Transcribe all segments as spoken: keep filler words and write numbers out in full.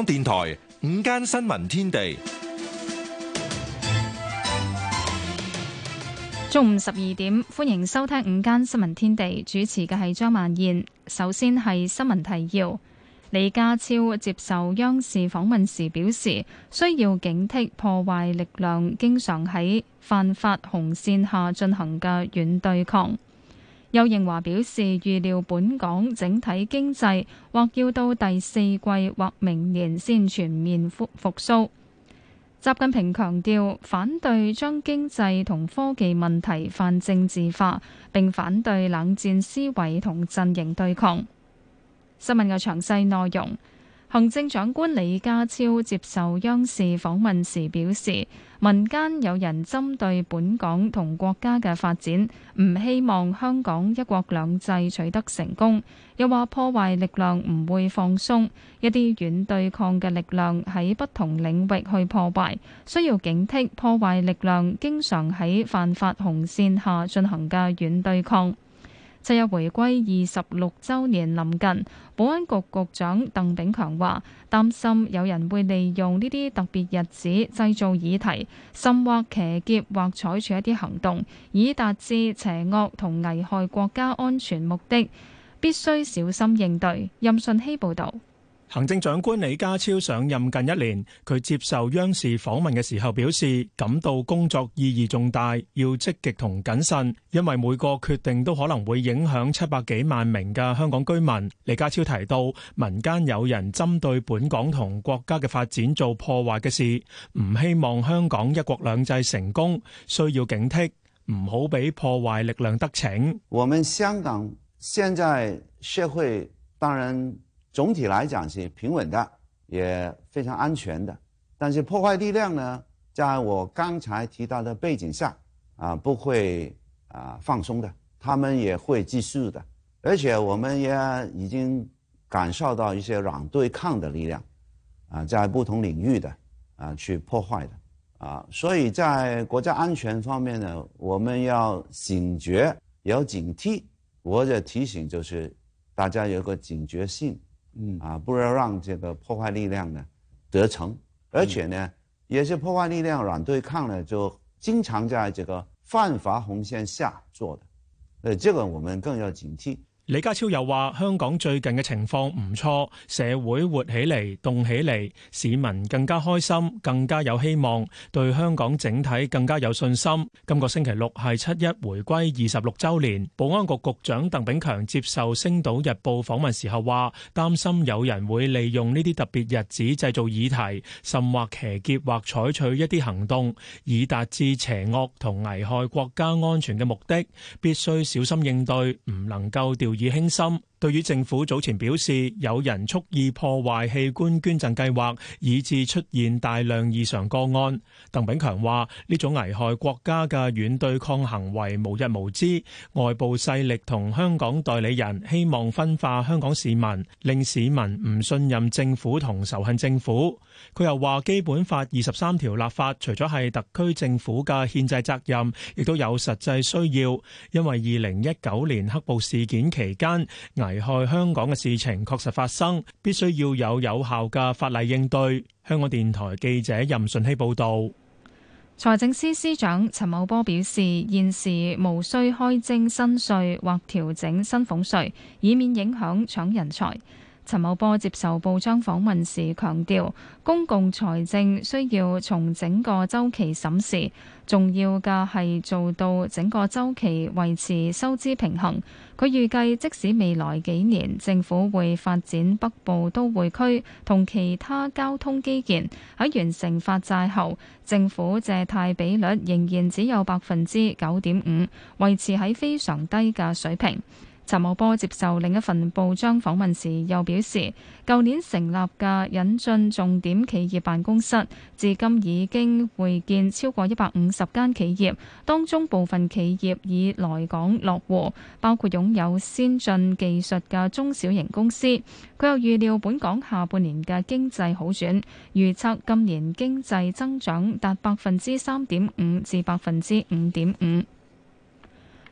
港電台午間新聞天地， 中午十二點，歡迎收聽午間新聞天地，主持嘅係張曼燕。首先係新聞提要。李家超接受央視訪問時表示，需要警惕破壞力量經常喺犯法紅線下進行嘅軟對抗。邱應華表示，預料本港整體經濟或要到第四季或明年先全面復復甦。習近平強調，反對將經濟同科技問題泛政治化，並反對冷戰思維同陣營對抗。新聞嘅詳細內容。行政長官李家超接受央視訪問時表示，民間有人針對本港同國家嘅發展，唔希望香港一國兩制取得成功。又話破壞力量唔會放鬆，一啲軟對抗嘅力量喺不同領域去破壞，需要警惕破壞力量經常喺犯法紅線下進行嘅軟對抗。七日回歸二十六週年臨近，保安局局長鄧炳強話，擔心有人會利用呢啲特別日子製造議題，甚或騎劫或採取一啲行動，以達至邪惡同危害國家安全目的，必須小心應對。任信希報導。 行政長官李家超上任近一年，佢接受央視訪問嘅時候表示，感到工作意義重大，要積極同謹慎，因為每個決定都可能會影響七百幾萬名嘅香港居民。李家超提到，民間有人針對本港同國家嘅發展做破壞嘅事，唔希望香港一國兩制成功，需要警惕，唔好俾破壞力量得逞。 我們香港現在社會當然總體來講是平穩的，也非常安全的。但是破壞力量呢，在我剛才提到的背景下，啊，不會啊放鬆的，他們也會繼續的。而且我們也已經感受到一些軟對抗的力量，啊，在不同領域的啊去破壞的，啊，所以在國家安全方面呢，我們要警覺，要警惕。我的提醒就是大家有個警覺性。嗯啊，不要讓這個破壞力量呢得逞，而且呢，也是破壞力量軟對抗呢，就經常在這個犯法紅線下做的，所以這個我們更要警惕。 李家超又話，香港最近嘅情況唔錯，社會活起嚟，動起嚟，市民更加開心，更加有希望，對香港整體更加有信心。今個星期六係七一回歸二十六週年，保安局局長鄧炳強接受《星島日報》訪問時候話，擔心有人會利用呢啲特別日子製造議題，甚或騎劫或採取一啲行動，以達至邪惡同危害國家安全嘅目的，必須小心應對，唔能夠掉以輕心。對於政府早前表示有人蓄意破壞器官捐贈計劃，以致出現大量異常個案，鄧炳強話呢種危害國家嘅軟對抗行為無日無之，外部勢力同香港代理人希望分化香港市民，令市民唔信任政府同仇恨政府。佢又話基本法二十三條立法除咗係特區政府嘅憲制責任，亦都有實際需要，因為二零一九年黑暴事件期間危害香港嘅事情確實發生，必須要有有效嘅法例應對。香港電台記者任順希報導。 財政司司長陳茂波表示，現時無需開徵新稅或調整薪俸稅，以免影響搶人才。陳茂波接受報章訪問時強調，公共財政需要從整個週期審視，重要嘅係做到整個週期維持收支平衡。佢預計，即使未來幾年政府會發展北部都會區同其他交通基建，喺完成發債後，政府借貸比率仍然只有百分之九點五，維持喺非常低嘅水平。陳茂波接受另一份報章訪問時又表示，舊年成立嘅引進重點企業辦公室，至今已經會見超過一百五十間企業，當中部分企業已來港落戶，包括擁有先進技術嘅中小型公司。佢又預料本港下半年嘅經濟好轉，預測今年經濟增長達百分之三點五至百分之五點五。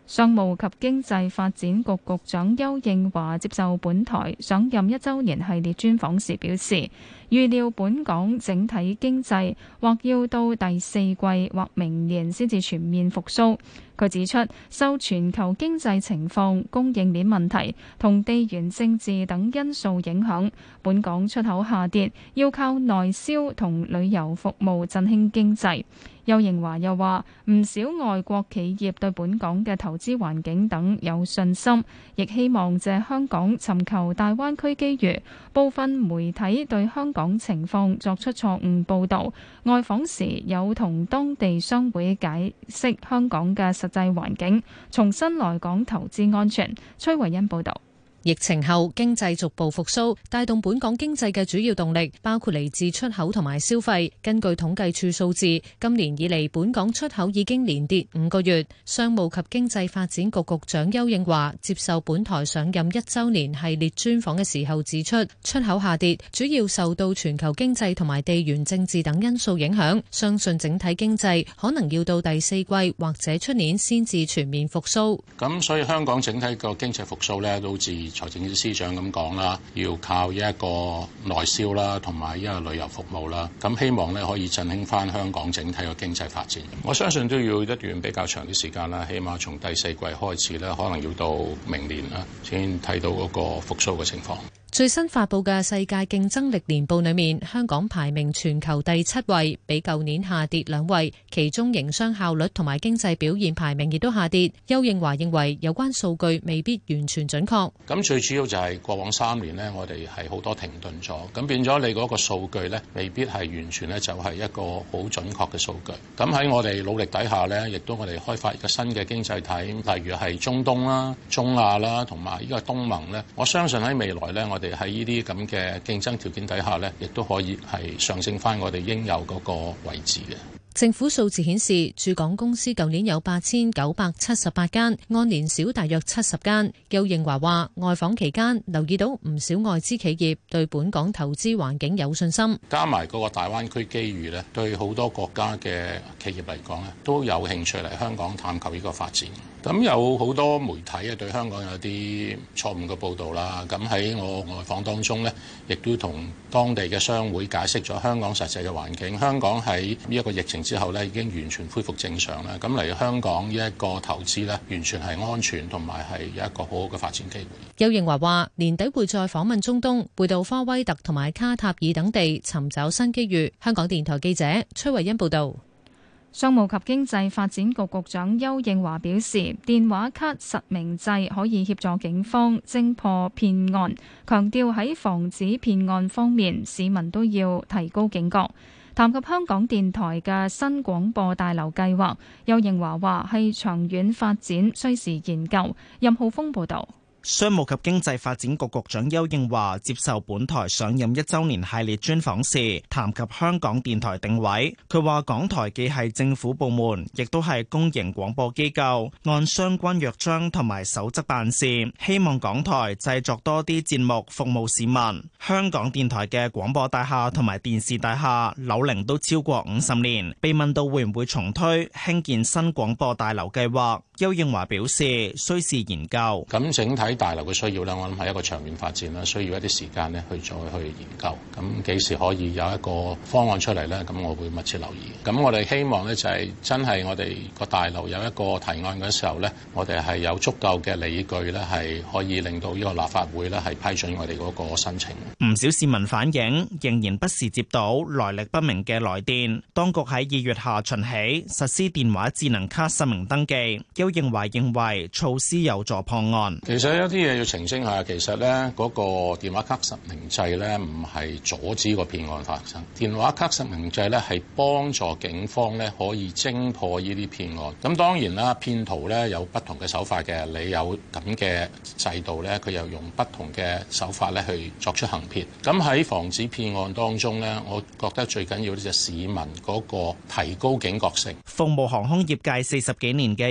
商務及經濟發展局局長邱應華接受本台上任一週年系列專訪時表示，預料本港整體經濟或要到第四季或明年先至全面復甦。佢指出，受全球經濟情況、供應鏈問題同地緣政治等因素影響，本港出口下跌，要靠內銷同旅遊服務振興經濟。邱應華又話，唔少外國企業對本港嘅投資環境等有信心，亦希望借香港尋求大灣區機遇。部分媒體對香港情況作出錯誤報導，外訪時有同當地商會解釋香港嘅實際環境，重新來港投資安全。崔慧欣報導。 疫情後經濟逐步復甦，帶動本港經濟嘅主要動力包括嚟自出口同埋消費。根據統計處數字，今年以嚟本港出口已經連跌五個月。商務及經濟發展局局長邱應華接受本台上任一週年系列專訪嘅時候指出，出口下跌主要受到全球經濟同埋地緣政治等因素影響，相信整體經濟可能要到第四季或者出年先至全面復甦。 咁所以香港整體個經濟復甦呢，都自財政司司長咁講啦，要靠一個內銷啦，同埋一個旅遊服務啦，咁希望咧可以振興翻香港整體嘅經濟發展。我相信都要一段比較長啲時間啦，起碼從第四季開始咧，可能要到明年啦，先睇到嗰個復甦嘅情況。 最新發佈嘅世界競爭力年報裏面，香港排名全球第七位，比舊年下跌兩位。其中營商效率同埋經濟表現排名亦都下跌。邱應華認為有關數據未必完全準確。 咁最主要就係過往三年呢，我哋係好多停頓咗，咁變咗你嗰個數據呢，未必係完全呢，就係一個好準確嘅數據。咁喺我哋努力底下呢，亦都我哋開發一個新嘅經濟體，例如係中東啦、中亞啦，同埋呢個東盟呢。我相信喺未來呢，我哋喺呢啲咁嘅競爭條件底下呢，亦都可以係上升翻我哋應有嗰個位置嘅。 政府數字顯示，駐港公司舊年有八千九百七十八間，按年少大約七十間。邱應華話，外訪期間留意到唔少外資企業對本港投資環境有信心， 加埋嗰個大灣區機遇呢，對好多國家嘅企業嚟講呢，都有興趣嚟香港探求呢個發展。咁有好多媒體啊對香港有啲錯誤嘅報導啦。咁喺我外訪當中呢，亦都同當地嘅商會解釋咗香港實際嘅環境。香港喺呢一個疫情之後呢，已經完全恢復正常啦。咁嚟香港呢一個投資呢，完全係安全同埋係有一個好好嘅發展機會。 邱應華話：年底會再訪問中東，會到科威特同埋卡塔爾等地尋找新機遇。香港電台記者崔慧欣報道。 商務及經濟發展局局長邱應華表示，電話卡實名制可以協助警方偵破騙案，強調喺防止騙案方面，市民都要提高警覺。談及香港電台嘅新廣播大樓計劃，邱應華話係長遠發展，需時研究。任浩峰報導。 商務及經濟發展局局長邱應華接受本台上任一週年系列專訪時，談及香港電台定位。佢話港台既係政府部門，亦都係公營廣播機構，按相關約章同埋守則辦事。希望港台製作多啲節目服務市民。香港電台嘅廣播大廈同埋電視大廈樓齡都超過五十年。被問到會唔會重推興建新廣播大樓計劃，邱應華表示需時研究。 咁整體大樓嘅需要咧，我諗係一個長遠發展啦，需要一啲時間咧去再去研究。咁幾時可以有一個方案出嚟咧？咁我會密切留意。咁我哋希望咧就係真係我哋個大樓有一個提案嘅時候咧，我哋係有足夠嘅理據咧，係可以令到呢個立法會咧係批准我哋嗰個申請。 唔少市民反映仍然不時接到來歷不明嘅來電。當局喺二月下旬起實施電話智能卡實名登記。邱應華認為措施有助破案。 其實有啲嘢要澄清下，其實咧嗰個電話卡實名制咧唔係阻止個騙案發生，電話卡實名制咧係幫助警方咧可以偵破呢啲騙案。咁當然啦，騙徒咧有不同嘅手法嘅，你有咁嘅制度咧，佢又用不同嘅手法咧去作出行騙。咁喺防止騙案當中咧，我覺得最緊要呢就市民嗰個提高警覺性。 服務航空業界四十幾年嘅邱應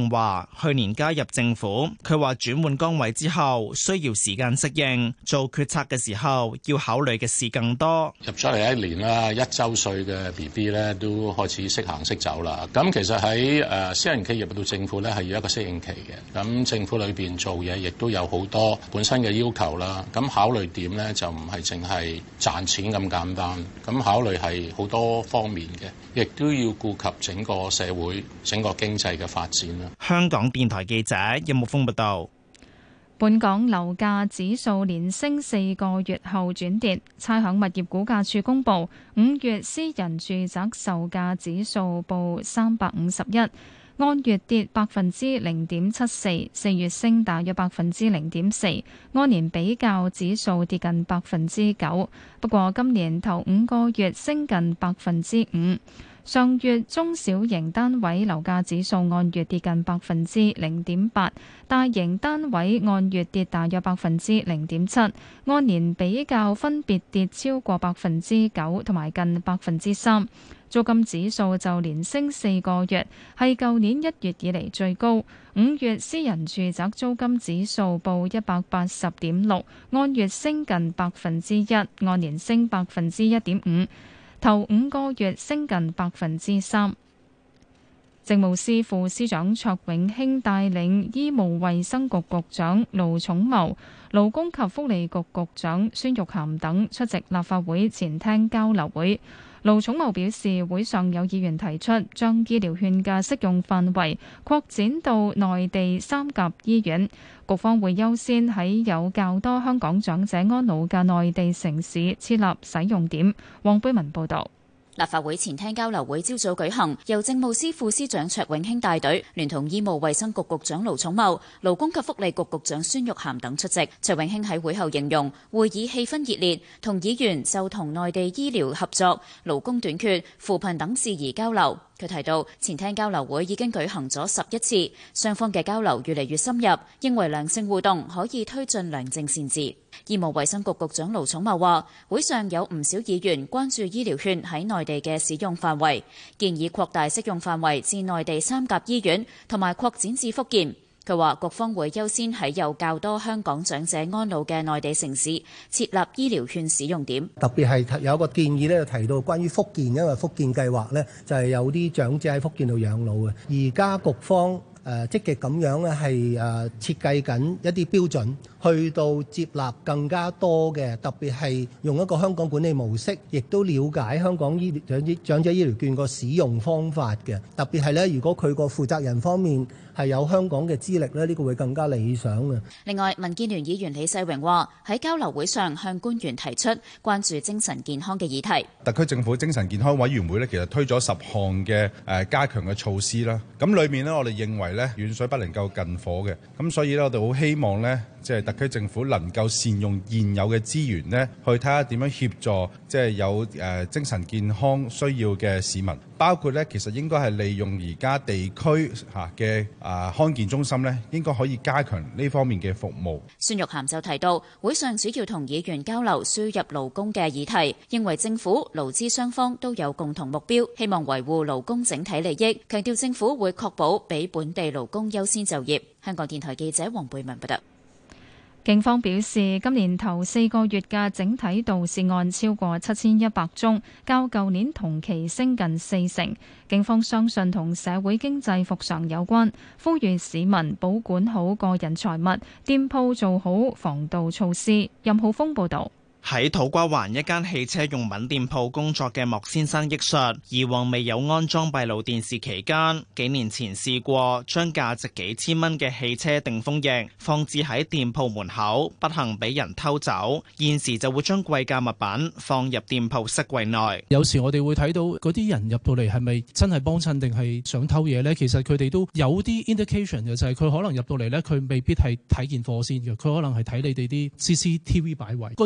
仲話去年加入政府，佢話轉換崗位之後需要時間適應，做決策嘅時候要考慮嘅事更多。 入咗嚟一年啦，一周歲嘅 B B 咧都開始識行識走啦。咁其實喺誒私人企業到政府咧係要一個適應期嘅。咁政府裏邊做嘢亦都有好多本身嘅要求啦。咁考慮點咧就唔係淨係賺錢咁簡單。咁考慮係好多方面嘅，亦都要顧及整個社會、整個經濟嘅發展啦。 香港電台記者任木峰報道。 本港樓價指數連升四個月後轉跌，差餉物業估價署公布，五月私人住宅售價指數報三百五十一，按月跌百分之零點七四，四月升大約百分之零點四，按年比較指數跌近百分之九，不過今年頭五個月升近百分之五。上月中小型單位樓價指數按月跌近百分之零點八，大型單位按月跌大約百分之零點七，按年比較分別跌超過百分之九同埋近百分之三。租金指數就連升四個月，係舊年一月以嚟最高。五月私人住宅租金指數報一百八十點六，按月升近百分之一，按年升百分之一點五。頭五個月升近百分之三。政務司副司長卓永興帶領醫務衛生局局長盧寵茂、勞工及福利局局長孫玉菡等出席立法會前廳交流會。盧寵茂表示，會上有議員提出將醫療券嘅適用範圍擴展到內地三甲醫院，局方會優先喺有較多香港長者安老嘅內地城市設立使用點。黃貝文報導。 立法會前廳交流會朝早舉行，由政務司副司長卓永興帶隊，聯同醫務衛生局局長盧寵茂、勞工及福利局局長孫玉菡等出席。卓永興喺會後形容會議氣氛熱烈，同議員就同內地醫療合作、勞工短缺、扶貧等事宜交流。佢提到前廳交流會已經舉行咗十一次，雙方嘅交流越嚟越深入，認為良性互動可以推進良政善治。醫務衛生局局長盧寵茂話，會上有唔少議員關注醫療券喺內地嘅使用範圍，建議擴大適用範圍至內地三甲醫院，同埋擴展至福建。佢話局方會優先喺有較多香港長者安老嘅內地城市設立醫療券使用點。 特別係有一個建議咧，提到關於福建，因為福建計劃咧就係有啲長者喺福建度養老嘅。而家局方誒積極咁樣咧係誒設計緊一啲標準，去到接納更加多嘅，特別係用一個香港管理模式，亦都了解香港醫療長者長者醫療券個使用方法嘅。特別係咧，如果佢個負責人方面係有香港嘅資歷咧，呢個會更加理想嘅。 另外，民建聯議員李世榮話喺交流會上向官員提出關注精神健康嘅議題。 特區政府精神健康委員會咧，其實推咗十項嘅誒加強嘅措施啦。咁裏面呢，我哋認為咧，遠水不能夠近火嘅。咁所以咧，我哋好希望咧，即係特區政府能夠善用現有嘅資源呢，去睇下點樣協助即係有誒精神健康需要嘅市民，包括咧其實應該係利用而家地區嚇嘅啊康健中心呢，應該可以加強呢方面嘅服務。 孫玉菡就提到，會上主要同議員交流輸入勞工嘅議題，認為政府勞資雙方都有共同目標，希望維護勞工整體利益，強調政府會確保俾本地勞工優先就業。香港電台記者黃貝文報道。 警方表示，今年頭四個月嘅整體盜竊案超過七千一百宗，較舊年同期升近四成。警方相信同社會經濟復常有關，呼籲市民保管好個人財物，店鋪做好防盜措施。任浩峰報導。 喺土瓜灣一間汽車用品店鋪工作嘅莫先生憶述，以往未有安裝閉路電視期間，幾年前試過將價值幾千蚊嘅汽車定風翼放置喺店鋪門口，不幸俾人偷走。現時就會將貴價物品放入店鋪飾櫃內。 有時我哋會睇到嗰啲人入到嚟係咪真係幫襯定係想偷嘢呢？其實佢哋都有啲 indication 嘅，就係佢可能入到嚟呢，佢未必係睇件貨先嘅，佢可能係睇你哋啲 C C T V 擺位。嗰啲我哋都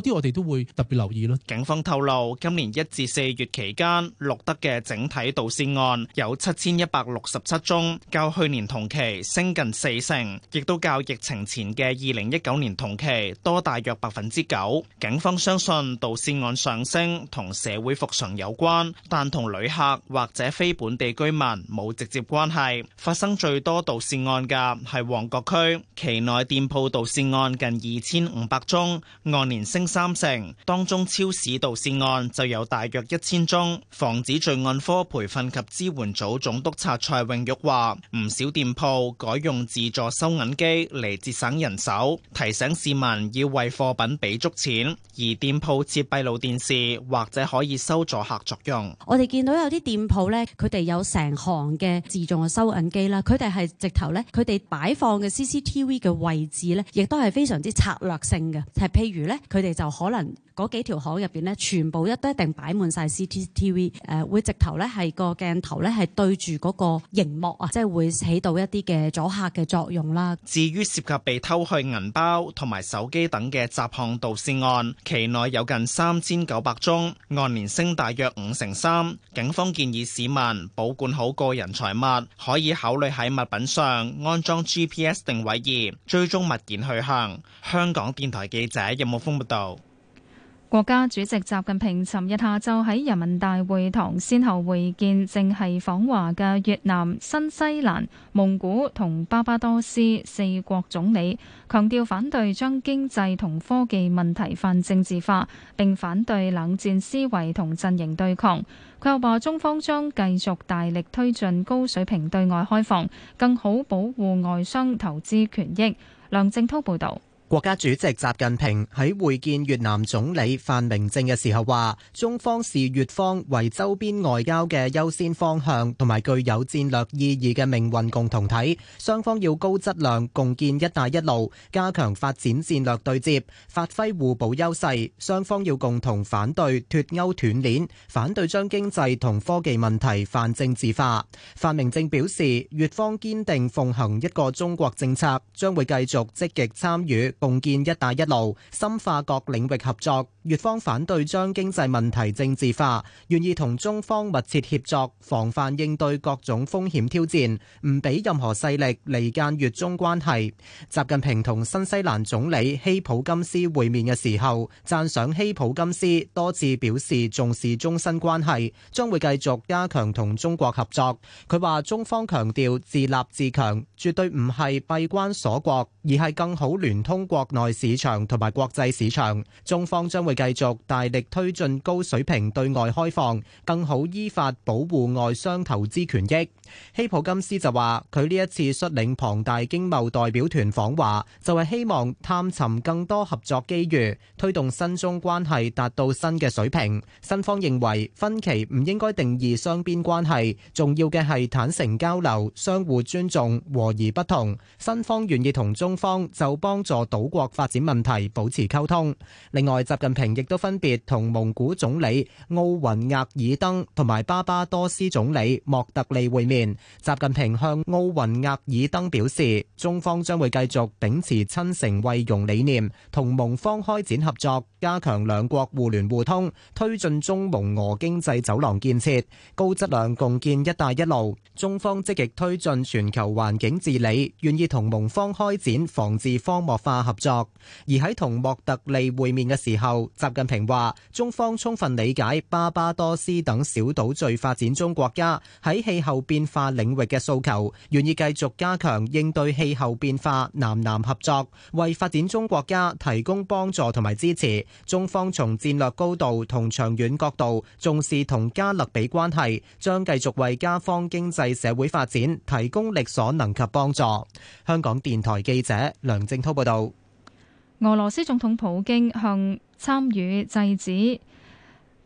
都會特別留意咯。 警方透露，今年一至四月期間錄得嘅整體盜竊案有七千一百六十七宗，較去年同期升近四成，亦都較疫情前嘅二零一九年同期多大約百分之九。警方相信盜竊案上升同社會復常有關，但同旅客或者非本地居民冇直接關係。發生最多盜竊案嘅係旺角區，期內店鋪盜竊案近二千五百宗，按年升三成。當中超市盜竊案就有大約一千宗。防止罪案科培訓及支援組總督察蔡永玉話：唔少店鋪改用自助收銀機嚟節省人手，提醒市民要為貨品俾足錢，而店鋪設閉路電視或者可以收阻嚇作用。 我哋見到有啲店鋪呢，佢哋有成行嘅自助收銀機啦，佢哋係直頭呢，佢哋擺放嘅 C C T V 嘅位置呢，亦都係非常之策略性嘅，係譬如呢，佢哋就可能嗰幾條巷入邊呢，全部一都一定擺滿晒 C C T V， 誒、呃、會直頭呢係個鏡頭呢係對住嗰個熒幕啊，即係會起到一啲嘅阻嚇嘅作用啦。 至於涉及被偷去銀包同埋手機等嘅雜項盜竊案，期內有近三千九百宗，按年升大約五成三。警方建議市民保管好個人財物，可以考慮喺物品上安裝 G P S 定位儀，追蹤物件去向。香港電台記者任慕峰報道。 國家主席習近平尋日下晝喺人民大會堂先後會見正係訪華嘅越南、新西蘭、蒙古同巴巴多斯四國總理，強調反對將經濟同科技問題泛政治化，並反對冷戰思維同陣營對抗。佢又話中方將繼續大力推進高水平對外開放，更好保護外商投資權益。梁正滔報導。 國家主席習近平喺會見越南總理范明政嘅時候話，中方視越方為周邊外交嘅優先方向同埋具有戰略意義嘅命運共同體，雙方要高質量共建一帶一路，加強發展戰略對接，發揮互補優勢，雙方要共同反對脫鈎斷鏈，反對將經濟同科技問題泛政治化。范明政表示，越方堅定奉行一個中國政策，將會繼續積極參與共建一帶一路，深化各領域合作。越方反對將經濟問題政治化，願意同中方密切協作，防範應對各種風險挑戰，唔俾任何勢力離間越中關係。習近平同新西蘭總理希普金斯會面嘅時候，讚賞希普金斯多次表示重視中新關係，將會繼續加強同中國合作。佢話中方強調自立自強，絕對唔係閉關鎖國，而係更好聯通國內市場同埋國際市場。中方將會繼續大力推進高水平對外開放，更好依法保護外商投資權益。希普金斯就話，佢呢一次率領龐大經貿代表團訪華，就係希望探尋更多合作機遇，推動新中關係達到新嘅水平。新方認為分歧唔應該定義雙邊關係，重要嘅係坦誠交流、相互尊重、和而不同。新方願意同中方就幫助島國發展問題保持溝通。另外，習近平亦都分別同蒙古總理奧雲額爾登同埋巴巴多斯總理莫特利會面。習近平向奧雲額爾登表示，中方將會繼續秉持親誠惠容理念，同蒙方開展合作，加強兩國互聯互通，推進中蒙俄經濟走廊建設，高質量共建一帶一路。中方積極推進全球環境治理，願意同蒙方開展防治荒漠化合作。而喺同莫特利會面嘅時候，習近平話，中方充分理解巴巴多斯等小島嶼發展中國家喺氣候變化領域嘅訴求，願意繼續加強應對氣候變化南南合作，為發展中國家提供幫助同埋支持。中方從戰略高度同長遠角度重視同加勒比關係，將繼續為加方經濟社會發展提供力所能及幫助。香港電台記者梁正濤報道。 俄羅斯總統普京向參與制止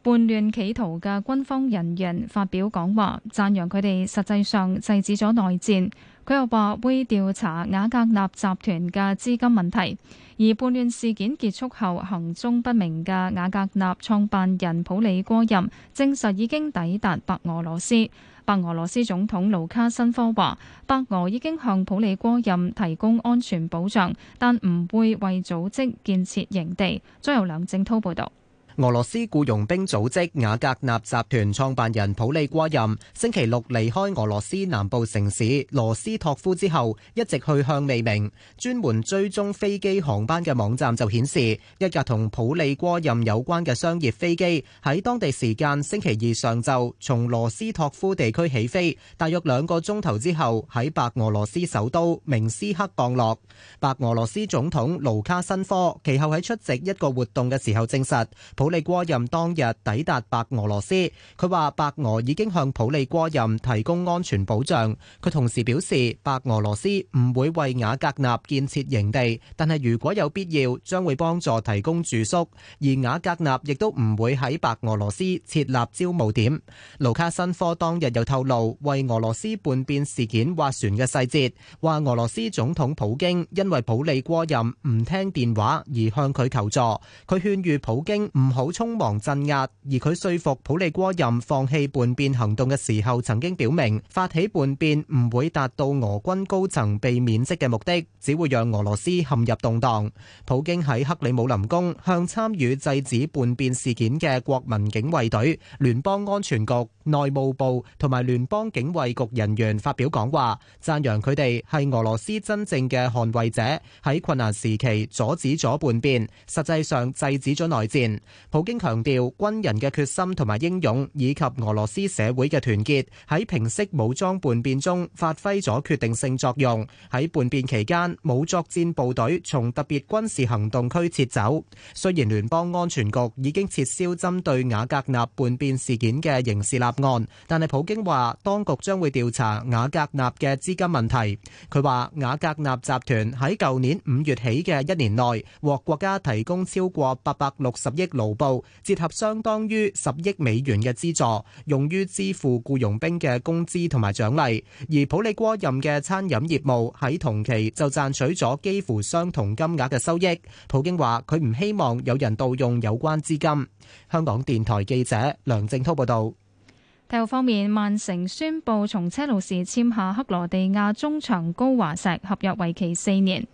叛亂企圖嘅軍方人員發表講話，讚揚佢哋實際上制止咗內戰。佢又話會調查瓦格納集團嘅資金問題。而叛亂事件結束後，行蹤不明嘅瓦格納創辦人普里戈任證實已經抵達白俄羅斯。白俄羅斯總統盧卡申科話，白俄已經向普里戈任提供安全保障，但唔會為組織建設營地。再由梁正滔報導。 俄羅斯僱傭兵組織瓦格納集團創辦人普利戈任星期六離開俄羅斯南部城市羅斯托夫之後，一直去向未明。專門追蹤飛機航班嘅網站就顯示，一架同普利戈任有關嘅商業飛機喺當地時間星期二上晝從羅斯托夫地區起飛，大約兩個鐘頭之後喺白俄羅斯首都明斯克降落。白俄羅斯總統盧卡申科其後喺出席一個活動嘅時候證實，普利戈任當日抵達白俄羅斯。佢話白俄已經向普利戈任提供安全保障。佢同時表示，白俄羅斯唔會為瓦格納建設營地，但係如果有必要，將會幫助提供住宿。而瓦格納亦都唔會喺白俄羅斯設立招募點。盧卡申科當日又透露為俄羅斯叛變事件斡旋嘅細節，話俄羅斯總統普京因為普利戈任唔聽電話而向佢求助。佢勸喻普京唔好匆忙鎮壓，而佢說服普利戈任放棄叛變行動嘅時候，曾經表明發起叛變唔會達到俄軍高層被免職嘅目的，只會讓俄羅斯陷入動盪。普京喺克里姆林宮向參與制止叛變事件嘅國民警衛隊、聯邦安全局、內務部同埋聯邦警衛局人員發表講話，讚揚佢哋係俄羅斯真正嘅捍衛者，喺困難時期阻止咗叛變，實際上制止咗內戰。普京強調軍人嘅決心同埋英勇，以及俄羅斯社會嘅團結，喺平息武裝叛變中發揮咗決定性作用。喺叛變期間，冇作戰部隊從特別軍事行動區撤走。雖然聯邦安全局已經撤銷針對瓦格納叛變事件嘅刑事立案，但係普京話當局將會調查瓦格納嘅資金問題。佢話瓦格納集團喺舊年五月起嘅一年內，獲國家提供超過八百六十億盧布，折合相當於十億美元嘅資助，用於支付僱傭兵嘅工資同埋獎勵。而普利戈任嘅餐飲業務喺同期就賺取咗幾乎相同金額嘅收益。普京話佢唔希望有人盜用有關資金。香港電台記者梁正滔報導。 體育方面，曼城宣布從車路士簽下克羅地亞中場高華石，合約為期四年。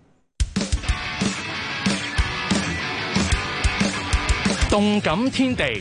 動感天地，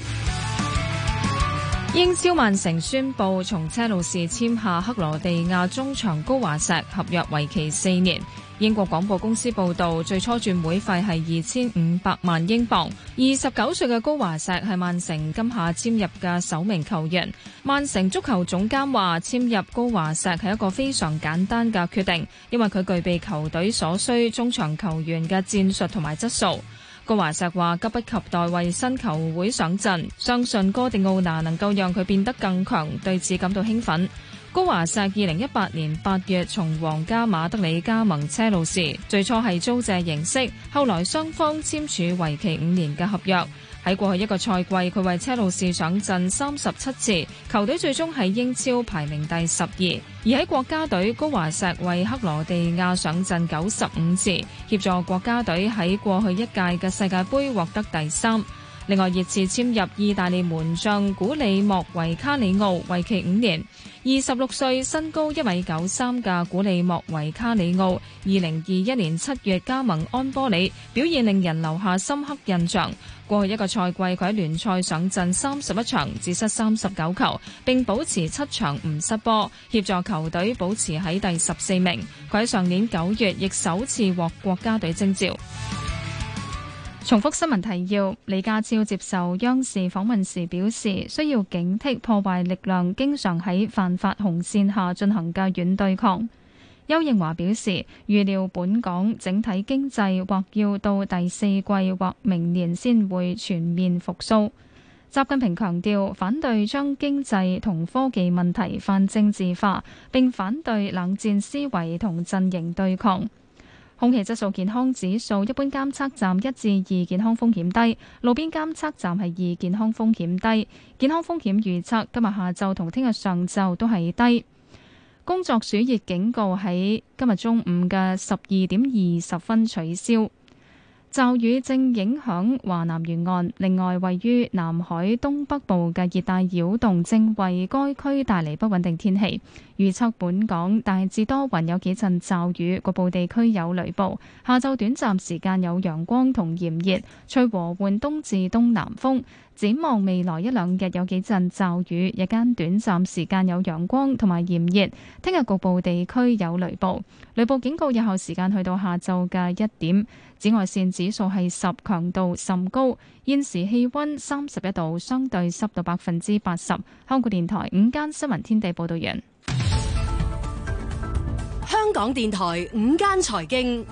英超曼城宣布從車路士簽下克羅地亞中場高華石，合約為期四年。英國廣播公司報道，最初轉會費係二千五百萬英鎊。二十九歲嘅高華石係曼城今夏簽入嘅首名球員。曼城足球總監話，簽入高華石係一個非常簡單嘅決定，因為佢具備球隊所需中場球員嘅戰術同埋質素。高華石話急不及待為新球會上陣，相信哥迪奧拿能夠讓佢變得更強，對此感到興奮。高華石二零一八年八月從皇家馬德里加盟車路士，最初係租借形式，後來雙方簽署為期五年嘅合約。喺過去一個賽季，佢為車路士上陣三十七次，球隊最終喺英超排名第十二。而喺國家隊，高華石為克羅地亞上陣九十五次，協助國家隊喺過去一屆嘅世界盃獲得第三。另外，熱刺簽入意大利門將古里莫維卡里奧，為期五年。二十六歲、身高一米九三嘅古里莫維卡里奧，二零二一年七月加盟安波里，表現令人留下深刻印象。過去一個賽季，佢喺聯賽上陣三十一場，只失三十九球，並保持七場唔失波，協助球隊保持喺第十四名。佢喺上年九月亦首次獲國家隊徵召。重複新聞提要，李家超接受央視訪問時表示，需要警惕破壞力量經常喺犯法紅線下進行嘅軟對抗。邱應華表示，預料本港整體經濟或要到第四季或明年先會全面復甦。習近平強調，反對將經濟同科技問題泛政治化，並反對冷戰思維同陣營對抗。 空氣質素健康指數，一般監測站一至二，健康風險低，路邊監測站係二，健康風險低。健康風險預測今日下晝同聽日上晝都係低。工作暑熱警告喺今日中午嘅十二點二十分取消。驟雨正影響華南沿岸，另外位於南海東北部嘅熱帶擾動正為該區帶嚟不穩定天氣。預測本港大致多雲，有幾陣驟雨，局部地區有雷暴。下晝短暫時間有陽光同炎熱，吹和緩東至東南風。展望未來一兩日有幾陣驟雨，日間短暫時間有陽光同埋炎熱。聽日局部地區有雷暴，雷暴警告有效時間去到下晝嘅一點。紫外線指數係十，強度甚高。現時氣溫三十一度，相對濕度百分之八十。香港電台午間新聞天地報道完。 香港電台午間財經。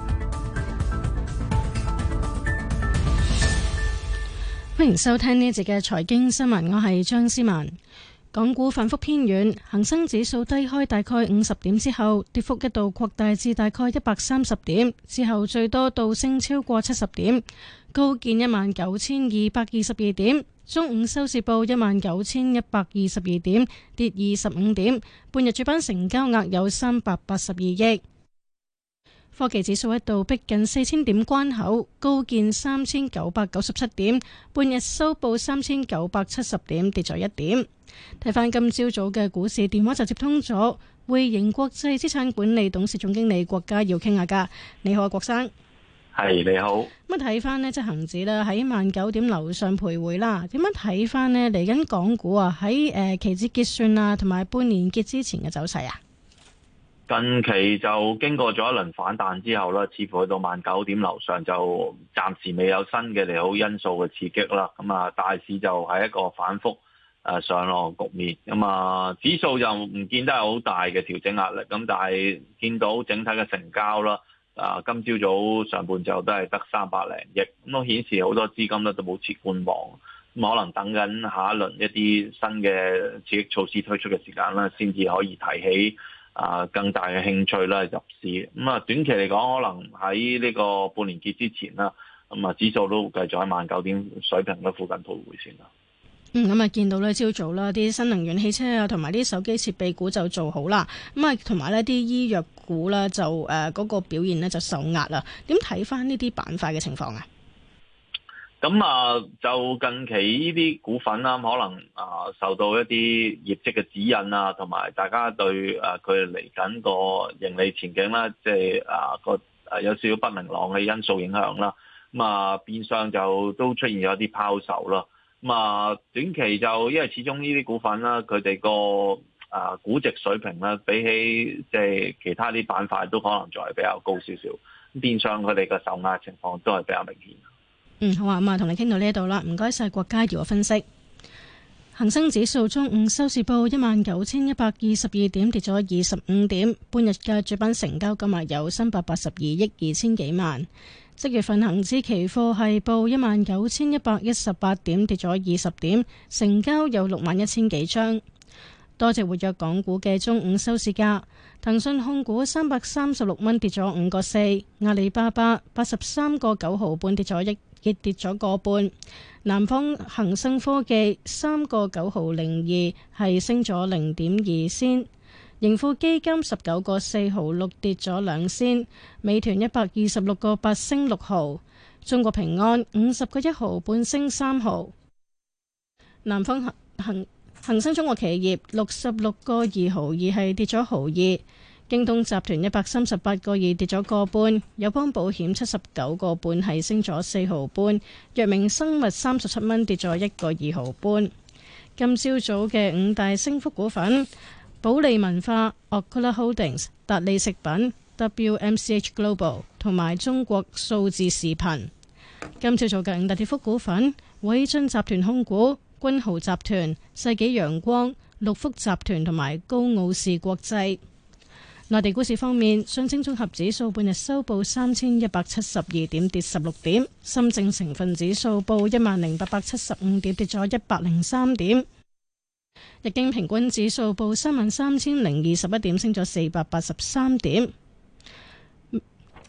歡迎收聽呢一節嘅財經新聞，我係張思文。港股反覆偏軟，恒生指數低開大概五十點之後，跌幅一度擴大至大概一百三十點，之後最多倒升超過七十點，高見一萬九千二百二十二點。中午收市報一萬九千一百二十二點，跌二十五點。半日主板成交額有三百八十二億。科技指數一度逼近四千點關口，高見三千九百九十七點，半日收報三千九百七十點，跌咗一點。睇翻今朝早嘅股市，電話就接通咗匯盈國際資產管理董事總經理郭家耀傾下㗎。你好啊，郭生。 係，你好。 咁啊睇翻呢，即係恒指咧喺萬九點樓上徘徊啦。點樣睇翻呢？嚟緊港股啊，喺誒期指結算啊，同埋半年結之前嘅走勢啊？ 近期就經過咗一輪反彈之後啦，似乎去到萬九點樓上就暫時未有新嘅利好因素嘅刺激啦。咁啊，大市就係一個反覆誒上落局面。咁啊，指數就唔見得係好大嘅調整壓力。咁但係見到整體嘅成交啦，啊，今朝早上半晝都係得三百零億，咁都顯示好多資金咧都保持觀望。咁可能等緊下一輪一啲新嘅刺激措施推出嘅時間啦，先至可以提起啊，更大嘅興趣啦入市。咁啊，短期嚟講，可能喺呢個半年結之前啦，咁啊指數都繼續喺萬九點水平嘅附近徘徊先啦。 嗯，咁啊見到咧，朝早啦，啲新能源汽車啊，同埋啲手機設備股就做好啦。咁啊，同埋呢啲醫藥股啦，就誒嗰、呃那個表現呢就受壓啦。點睇翻呢啲板塊嘅情況啊？ 咁啊，就近期呢啲股份啦，可能啊受到一啲業績嘅指引啊，同埋大家對誒佢嚟緊個盈利前景啦，即係啊個誒有少少不明朗嘅因素影響啦。咁啊，變相就都出現咗啲拋售啦。咁啊，短期就因為始終呢啲股份啦，佢哋個啊估值水平咧，比起即係其他啲板塊都可能仲係比較高少少。咁變相佢哋嘅受壓情況都係比較明顯。 嗯，好啊，咁啊，同你傾到呢一度啦，唔該晒郭家耀嘅分析。恒生指數中午收市報一萬九千一百二十二點，跌咗二十五點。半日嘅主板成交金額有三百八十二億二千幾萬。即月份恒指期貨係報一萬九千一百一十八點，跌咗二十點，成交有六萬一千幾張。多隻活躍港股嘅中午收市價，騰訊控股三百三十六蚊，跌咗五個四；阿里巴巴八十三個九毫半，跌咗一。亦跌咗個半，南方恒生科技三個九毫零二係升咗零點二仙，盈富基金十九個四毫六跌咗兩仙，美團一百二十六個八升六毫，中國平安五十個一毫半升三毫，南方恒恒恒生中國企業六十六個二毫二係跌咗毫二。京東集團一百三十八個二跌咗個半，友邦保險七十九個半係升咗四毫半，藥明生物三十七蚊跌咗一個二毫半。今朝早嘅五大升幅股份：保利文化、Ocular Holdings、達利食品、W M C H Global 同埋中國數字視頻。今朝早嘅五大跌幅股份：偉津集團控股、君豪集團、世紀陽光、六福集團同埋高奧士國際。內地股市方面，上證綜合指數半日收報三千一百七十二點，跌十六點；深證成分指數報一萬零八百七十五點，跌咗一百零三點；日經平均指數報三萬三千零二十一點，升咗四百八十三點。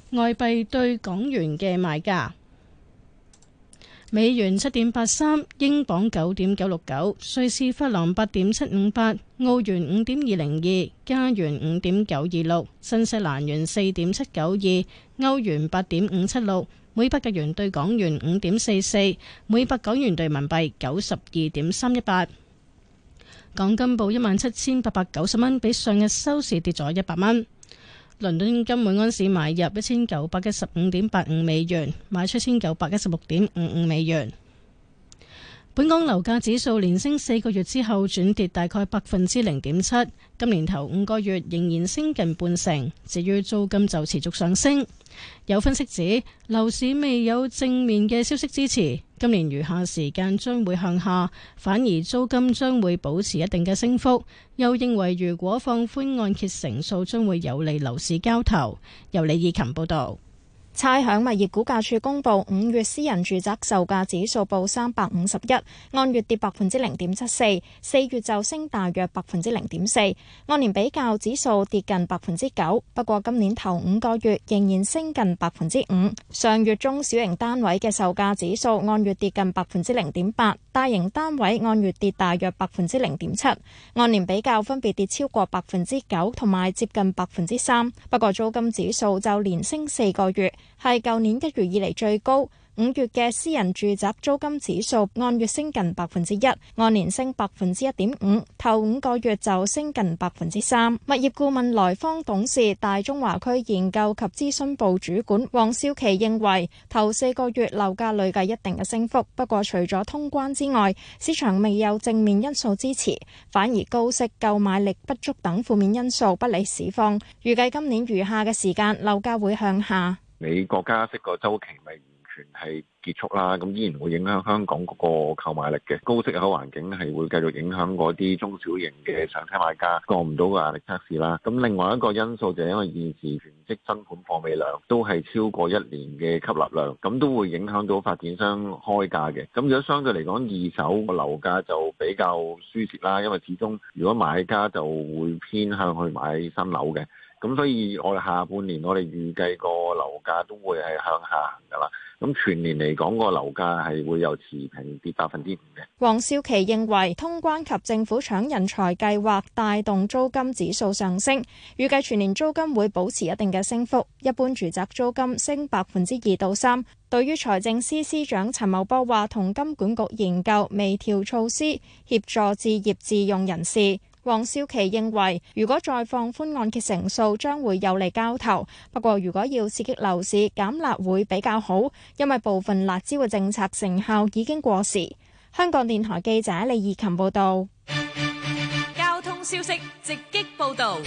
外幣對港元嘅賣價。美元七點八三，英鎊九點九六九，瑞士法郎八點七五八，澳元五點二零二，加元五點九二六，新西蘭元四點七九二，歐元八點五七六，每百日元對港元五點四四，每百港元對人民幣九十二點三一八。港金報一萬七千八百九十蚊，比上日收市跌咗一百蚊。倫敦金每安士買入一千九百一十五點八五美元，賣出一千九百一十六點五五美元。本港樓價指數連升四個月之後轉跌大概百分之零點七，今年頭五個月仍然升近半成，至於租金就持續上升。有分析指樓市未有正面嘅消息支持，今年餘下時間將會向下，反而租金將會保持一定嘅升幅。又認為如果放寬按揭成數，將會有利樓市交投。由李以琴報導。 差餉物業估價署公布，五月私人住宅售價指數報三百五十一，按月跌百分之零點七四，四月就升大約百分之零點四，按年比較指數跌近百分之九。不過今年頭五個月仍然升近百分之五。上月中小型單位嘅售價指數按月跌近百分之零點八，大型單位按月跌大約百分之零點七，按年比較分別跌超過百分之九同埋接近百分之三。不過租金指數就連升四個月，係舊年一月以嚟最高。五月嘅私人住宅租金指數按月升近百分之一，按年升百分之一點五，頭五個月就升近百分之三。物業顧問來方董事、大中華區研究及諮詢部主管黃少琪認為，頭四個月樓價累計一定嘅升幅，不過除咗通關之外，市場未有正面因素支持，反而高息、購買力不足等負面因素不利市況。預計今年餘下嘅時間樓價會向下。 美國加息個週期咪完全係結束啦，咁依然會影響香港嗰個購買力嘅。高息口環境係會繼續影響嗰啲中小型嘅上車買家過唔到個壓力測試啦。咁另外一個因素就係因為現時全職新盤貨尾量都係超過一年嘅吸納量，咁都會影響到發展商開價嘅。咁如果相對嚟講，二手個樓價就比較舒適啦，因為始終如果買家就會偏向去買新樓嘅。咁所以我哋下半年我哋預計個樓價都會係向下行噶啦。咁全年嚟講個樓價係會有持平跌百分之五嘅。 黃少琪認為通關及政府搶人才計劃帶動租金指數上升，預計全年租金會保持一定嘅升幅，一般住宅租金升百分之二到三。對於財政司司長陳茂波話，同金管局研究微調措施，協助置業自用人士。黃少琪認為，如果再放寬按揭成數，將會有利交投。不過，如果要刺激樓市，減辣會比較好，因為部分辣招嘅政策成效已經過時。香港電台記者李義琴報道。 交通消息直擊報道。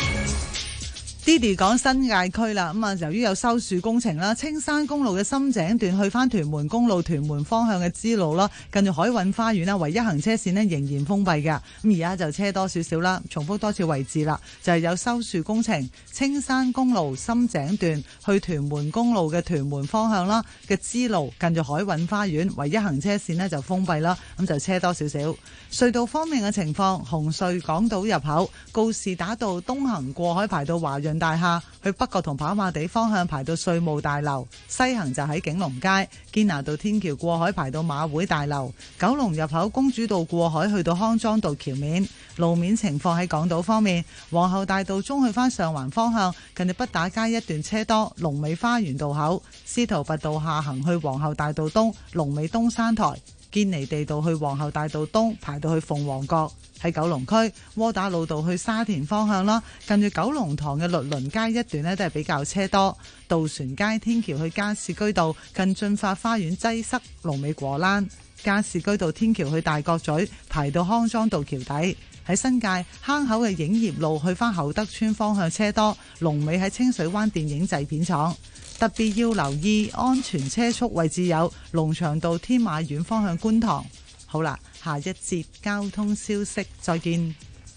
Diddy 講新界區啦，咁啊，由於有修樹工程啦，青山公路嘅深井段去返屯門公路屯門方向嘅支路啦，近住海韻花園啦，唯一行車線呢仍然封閉㗎。咁而家就車多少少啦，重複多次位置啦，就係有修樹工程，青山公路深井段去屯門公路嘅屯門方向啦嘅支路，近住海韻花園，唯一行車線呢就封閉啦，咁就車多少少。隧道方面嘅情況，紅隧港島入口告士打道東行過海排到華潤大廈，去北角同跑馬地方向排到稅務大樓，西行就喺景隆街堅拿道天橋過海排到馬會大樓，九龍入口公主道過海去到康莊道橋面。路面情況喺港島方面，皇后大道中去返上環方向，近住畢打街一段車多，龍尾花園道口，司徒拔道下行去皇后大道東，龍尾東山台，堅尼地道去皇后大道東排到去鳳凰閣。喺九龍區窩打老道去沙田方向啦，近住九龍塘嘅律倫街一段呢都係比較車多。渡船街天橋去加士居道近駿發花園擠塞，龍尾果欄。加士居道天橋去大角咀排到康莊道橋底。喺新界坑口嘅影業路去返厚德村方向車多，龍尾喺清水灣電影製片廠。特別要留意安全車速位置有龍翔道天馬苑方向觀塘。好啦，下一節交通消息，再見。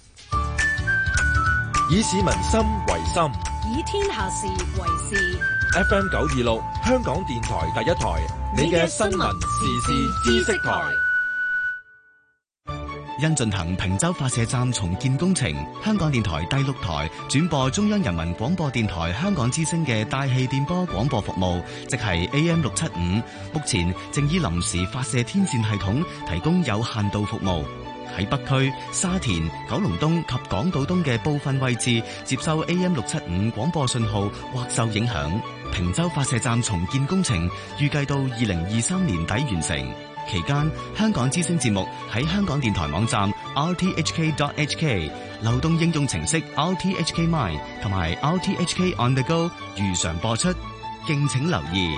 以市民心為心， 以天下事為事。 F M 九二六，香港電台第一台，你嘅新聞時事知識台。 因進行坪洲發射站重建工程，香港電台第六台轉播中央人民廣播電台香港之聲嘅大氣電波廣播服務，即係 A M 六七五，目前正以臨時發射天線系統提供有限度服務。喺北區、沙田、九龍東及港島東嘅部分位置接收 A M 六七五廣播信號或受影響。坪洲發射站重建工程預計到二零二三年底完成，期間香港之聲節目喺香港電台網站 r t h k dot h k、流動應用程式 r t h k mine 同埋 r t h k on the go 如常播出，敬請留意。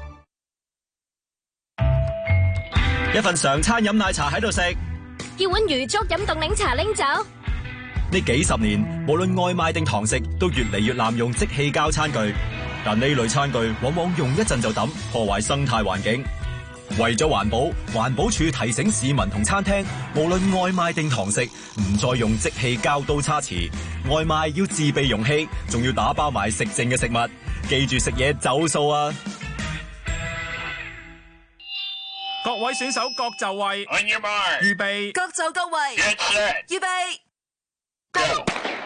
一份常餐飲奶茶喺度食， 叫碗魚粥飲凍檸茶拎走。 呢幾十年，無論外賣定堂食，都越嚟越濫用即棄膠餐具。但呢類餐具往往用一陣就抌，破壞生態環境。為咗環保，環保署提醒市民同餐廳，無論外賣定堂食，唔再用即棄膠刀叉匙。外賣要自備容器，仲要打包埋食剩嘅食物。記住食嘢走數啊！ 各位選手各就位，預備， 各就各位，預備，Go！